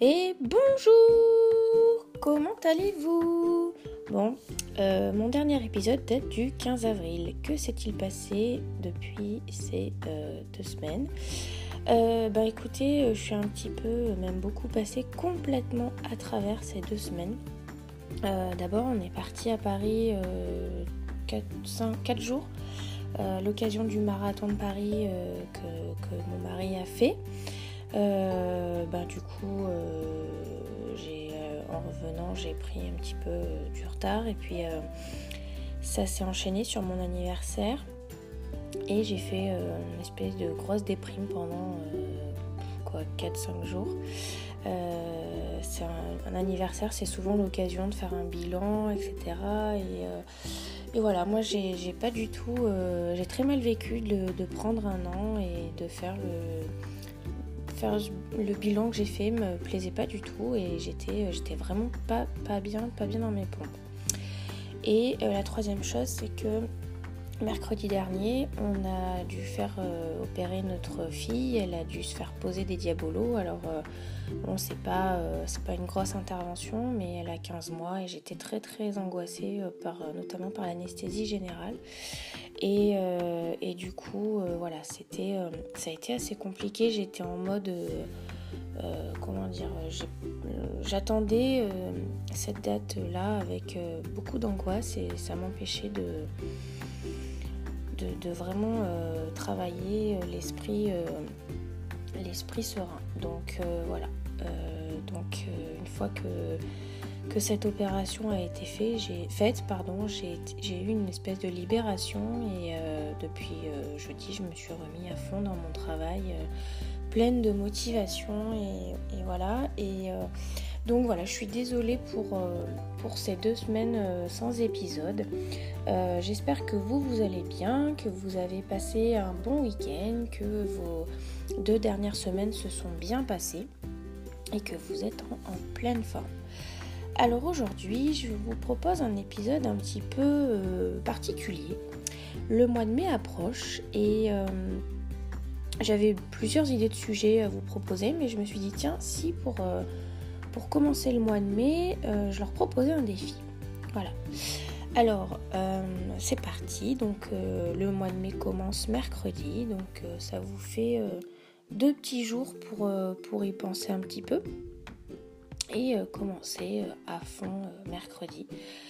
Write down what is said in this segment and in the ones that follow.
Et bonjour! Comment allez-vous? Bon, mon dernier épisode date du 15 avril. Que s'est-il passé depuis ces 2 semaines? Écoutez, je suis un petit peu, même beaucoup passée complètement à travers ces 2 semaines. D'abord, on est parti à Paris 4 jours, à l'occasion du marathon de Paris que mon mari a fait. En revenant, j'ai pris un petit peu du retard et puis ça s'est enchaîné sur mon anniversaire et j'ai fait une espèce de grosse déprime pendant 4-5 jours. C'est un anniversaire, c'est souvent l'occasion de faire un bilan, etc. Et voilà, moi j'ai pas du tout, j'ai très mal vécu de prendre un an et de faire le bilan que j'ai fait me plaisait pas du tout et j'étais vraiment pas bien dans mes pompes. Et la troisième chose, c'est que mercredi dernier, on a dû faire opérer notre fille. Elle a dû se faire poser des diabolos. Alors c'est pas une grosse intervention, mais elle a 15 mois et j'étais très très angoissée notamment par l'anesthésie générale. Et du coup, ça a été assez compliqué. J'étais en mode, j'attendais cette date-là avec beaucoup d'angoisse et ça m'empêchait de vraiment travailler l'esprit serein. Donc voilà. Une fois que cette opération a été faite, j'ai eu une espèce de libération et depuis jeudi, je me suis remis à fond dans mon travail, pleine de motivation et voilà. Donc voilà, je suis désolée pour ces 2 semaines sans épisode. J'espère que vous allez bien, que vous avez passé un bon week-end, que vos 2 dernières semaines se sont bien passées et que vous êtes en pleine forme. Alors aujourd'hui, je vous propose un épisode un petit peu particulier. Le mois de mai approche et j'avais plusieurs idées de sujets à vous proposer, mais je me suis dit tiens, si pour commencer le mois de mai, je leur proposais un défi. Voilà. Alors, c'est parti. Donc, le mois de mai commence mercredi. Donc, ça vous fait 2 petits jours pour y penser un petit peu. Et commencer à fond mercredi.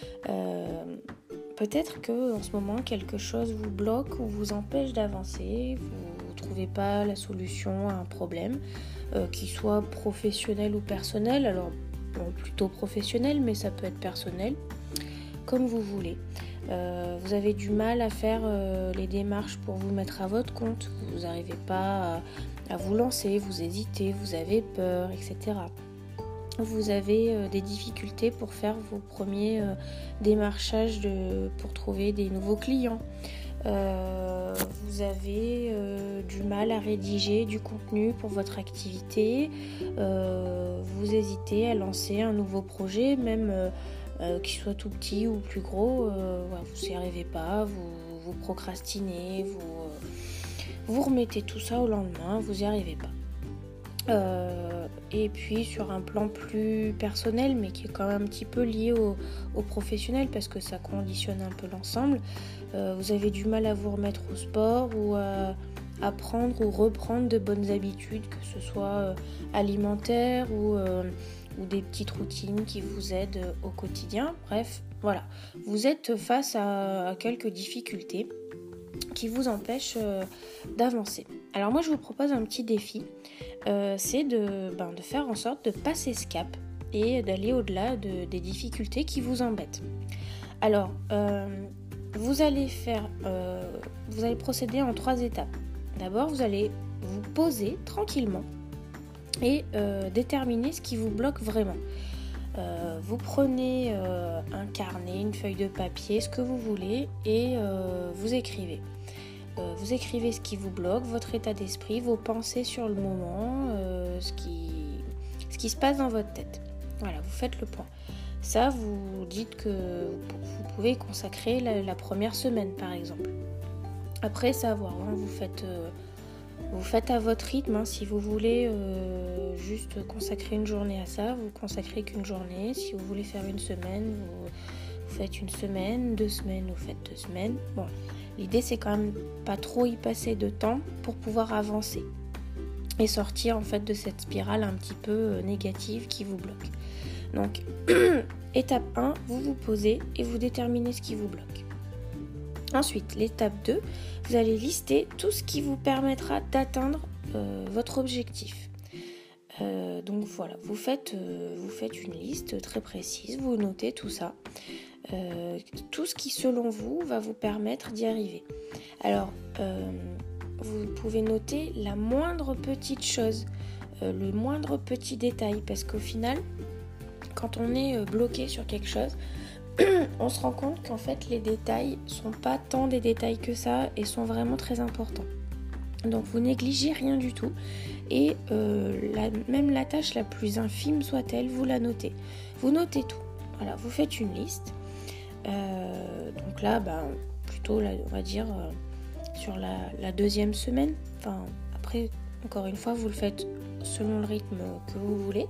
Peut-être que en ce moment, quelque chose vous bloque ou vous empêche d'avancer. Vous ne trouvez pas la solution à un problème, qu'il soit professionnel ou personnel. Alors, plutôt professionnel, mais ça peut être personnel. Comme vous voulez. Vous avez du mal à faire les démarches pour vous mettre à votre compte. Vous n'arrivez pas à vous lancer, vous hésitez, vous avez peur, etc. Vous avez des difficultés pour faire vos premiers démarchages pour trouver des nouveaux clients. Vous avez du mal à rédiger du contenu pour votre activité. Vous hésitez à lancer un nouveau projet, même qu'il soit tout petit ou plus gros. Vous n'y arrivez pas, vous procrastinez, vous remettez tout ça au lendemain, vous n'y arrivez pas. Et puis sur un plan plus personnel, mais qui est quand même un petit peu lié au professionnel parce que ça conditionne un peu l'ensemble, vous avez du mal à vous remettre au sport ou à prendre ou reprendre de bonnes habitudes, que ce soit alimentaires ou des petites routines qui vous aident au quotidien. Bref, voilà, vous êtes face à quelques difficultés qui vous empêchent d'avancer. Alors moi je vous propose un petit défi, c'est de faire en sorte de passer ce cap et d'aller au-delà des difficultés qui vous embêtent. Alors vous allez procéder en 3 étapes. D'abord vous allez vous poser tranquillement et déterminer ce qui vous bloque vraiment. Vous prenez un carnet, une feuille de papier, ce que vous voulez et vous écrivez. Vous écrivez ce qui vous bloque, votre état d'esprit, vos pensées sur le moment, ce qui se passe dans votre tête. Voilà, vous faites le point. Ça, vous dites que vous pouvez consacrer la première semaine, par exemple. Après, ça va voir, vous faites Vous faites à votre rythme, hein. Si vous voulez juste consacrer une journée à ça, vous consacrez qu'une journée. Si vous voulez faire une semaine, vous faites une semaine, 2 semaines, vous faites 2 semaines. Bon, l'idée c'est quand même pas trop y passer de temps pour pouvoir avancer et sortir en fait de cette spirale un petit peu négative qui vous bloque. Donc, étape 1, vous vous posez et vous déterminez ce qui vous bloque. Ensuite, l'étape 2, vous allez lister tout ce qui vous permettra d'atteindre votre objectif. Donc voilà, vous faites une liste très précise, vous notez tout ça. Tout ce qui selon vous va vous permettre d'y arriver. Alors, vous pouvez noter la moindre petite chose, le moindre petit détail, parce qu'au final, quand on est bloqué sur quelque chose, on se rend compte qu'en fait les détails sont pas tant des détails que ça et sont vraiment très importants. Donc vous négligez rien du tout et même la tâche la plus infime soit-elle, vous la notez. Vous notez tout. Voilà, vous faites une liste. Donc là, plutôt on va dire sur la 2e semaine. Enfin, après, encore une fois, vous le faites selon le rythme que vous voulez.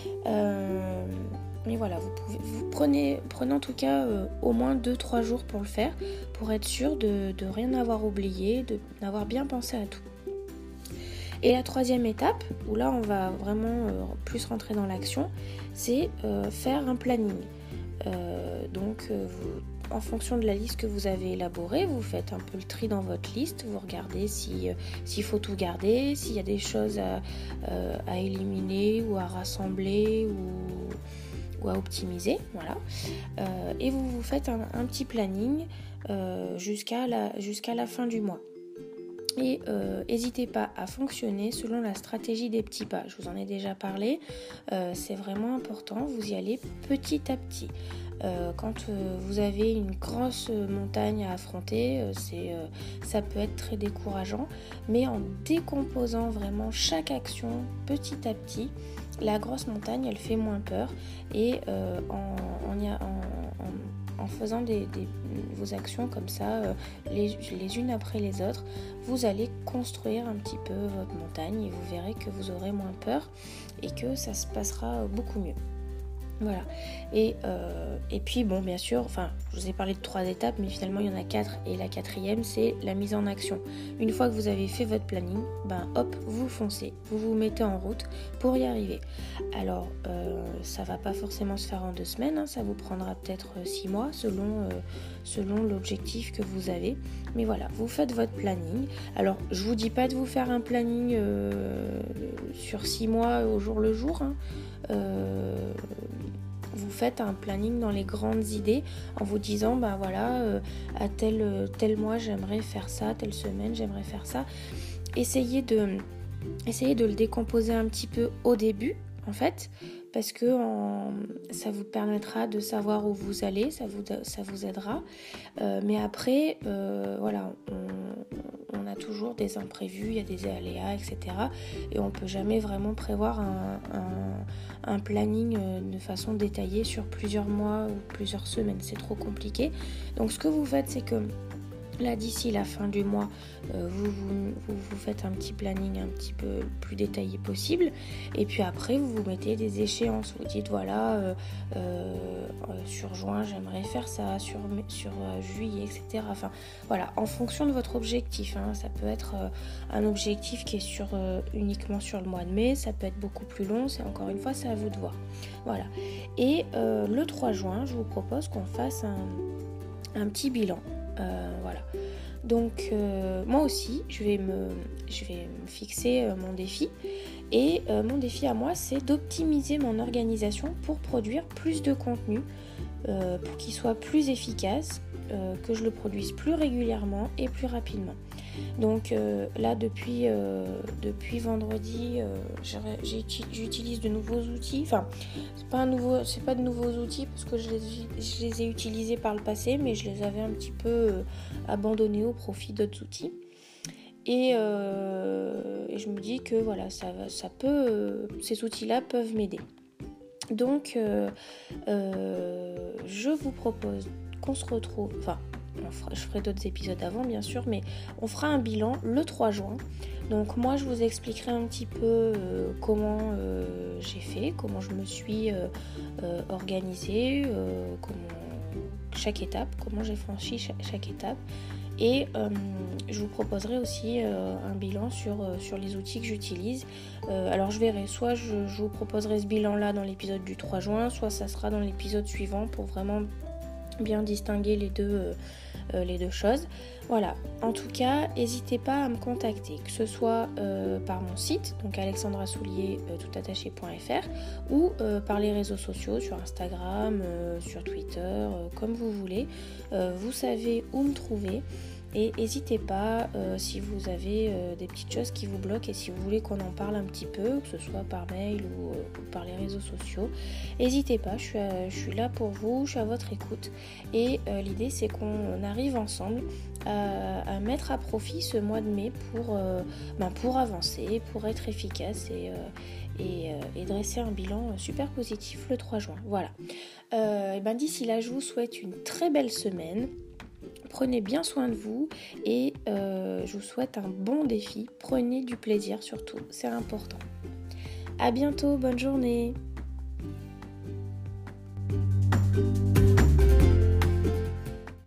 Mais voilà, vous prenez en tout cas au moins 2-3 jours pour le faire, pour être sûr de rien avoir oublié, d'avoir bien pensé à tout. Et la 3e étape, où là on va vraiment plus rentrer dans l'action, c'est faire un planning. En fonction de la liste que vous avez élaborée, vous faites un peu le tri dans votre liste, vous regardez s'il faut tout garder, s'il y a des choses à éliminer ou à rassembler ou à optimiser, voilà. Et vous faites un petit planning jusqu'à la fin du mois. Et n'hésitez pas à fonctionner selon la stratégie des petits pas. Je vous en ai déjà parlé, c'est vraiment important, vous y allez petit à petit. Quand vous avez une grosse montagne à affronter, ça peut être très décourageant, mais en décomposant vraiment chaque action petit à petit, la grosse montagne elle fait moins peur et en faisant vos actions comme ça, les unes après les autres, vous allez construire un petit peu votre montagne et vous verrez que vous aurez moins peur et que ça se passera beaucoup mieux. Voilà. Et puis bon, bien sûr, je vous ai parlé de 3 étapes, mais finalement il y en a 4 et la 4e c'est la mise en action. Une fois que vous avez fait votre planning, hop, vous foncez, vous vous mettez en route pour y arriver. Alors ça va pas forcément se faire en 2 semaines, hein, ça vous prendra peut-être 6 mois selon l'objectif que vous avez. Mais voilà, vous faites votre planning. Alors je vous dis pas de vous faire un planning sur 6 mois au jour le jour, hein. Vous faites un planning dans les grandes idées en vous disant à tel mois j'aimerais faire ça, telle semaine j'aimerais faire ça. Essayez de le décomposer un petit peu au début en fait, parce que ça vous permettra de savoir où vous allez, ça vous aidera. Mais après, on a toujours des imprévus, il y a des aléas, etc. Et on ne peut jamais vraiment prévoir un planning de façon détaillée sur plusieurs mois ou plusieurs semaines. C'est trop compliqué. Donc ce que vous faites, c'est que là, d'ici la fin du mois, vous faites un petit planning un petit peu plus détaillé possible. Et puis après, vous vous mettez des échéances. Vous dites, sur juin, j'aimerais faire ça, sur juillet, etc. Enfin, voilà, en fonction de votre objectif. Hein. Ça peut être un objectif qui est uniquement sur le mois de mai. Ça peut être beaucoup plus long. Encore une fois, c'est à vous de voir. Voilà. Et le 3 juin, je vous propose qu'on fasse un petit bilan. Voilà. Donc moi aussi je vais me fixer mon défi et mon défi à moi c'est d'optimiser mon organisation pour produire plus de contenu pour qu'il soit plus efficace, que je le produise plus régulièrement et plus rapidement. Donc là depuis vendredi j'utilise de nouveaux outils. Enfin c'est pas de nouveaux outils parce que je les ai utilisés par le passé, mais je les avais un petit peu abandonnés au profit d'autres outils. Et je me dis que voilà, ces outils-là peuvent m'aider. Donc je vous propose qu'on se retrouve, je ferai d'autres épisodes avant bien sûr, mais on fera un bilan le 3 juin. Donc moi je vous expliquerai un petit peu comment j'ai fait, comment je me suis organisée, chaque étape, comment j'ai franchi chaque étape. Et je vous proposerai aussi un bilan sur les outils que j'utilise. Alors je verrai, soit je vous proposerai ce bilan-là dans l'épisode du 3 juin, soit ça sera dans l'épisode suivant pour vraiment bien distinguer les deux choses. Voilà, en tout cas, n'hésitez pas à me contacter, que ce soit par mon site, donc alexandrasoulier toutattaché.fr, ou par les réseaux sociaux, sur Instagram, sur Twitter, comme vous voulez. Vous savez où me trouver. Et n'hésitez pas, si vous avez des petites choses qui vous bloquent et si vous voulez qu'on en parle un petit peu, que ce soit par mail ou par les réseaux sociaux, n'hésitez pas, je suis là pour vous, je suis à votre écoute. Et l'idée, c'est qu'on arrive ensemble à mettre à profit ce mois de mai pour avancer, pour être efficace et dresser un bilan super positif le 3 juin. Voilà. D'ici là, je vous souhaite une très belle semaine. Prenez bien soin de vous et je vous souhaite un bon défi. Prenez du plaisir surtout, c'est important. À bientôt, bonne journée.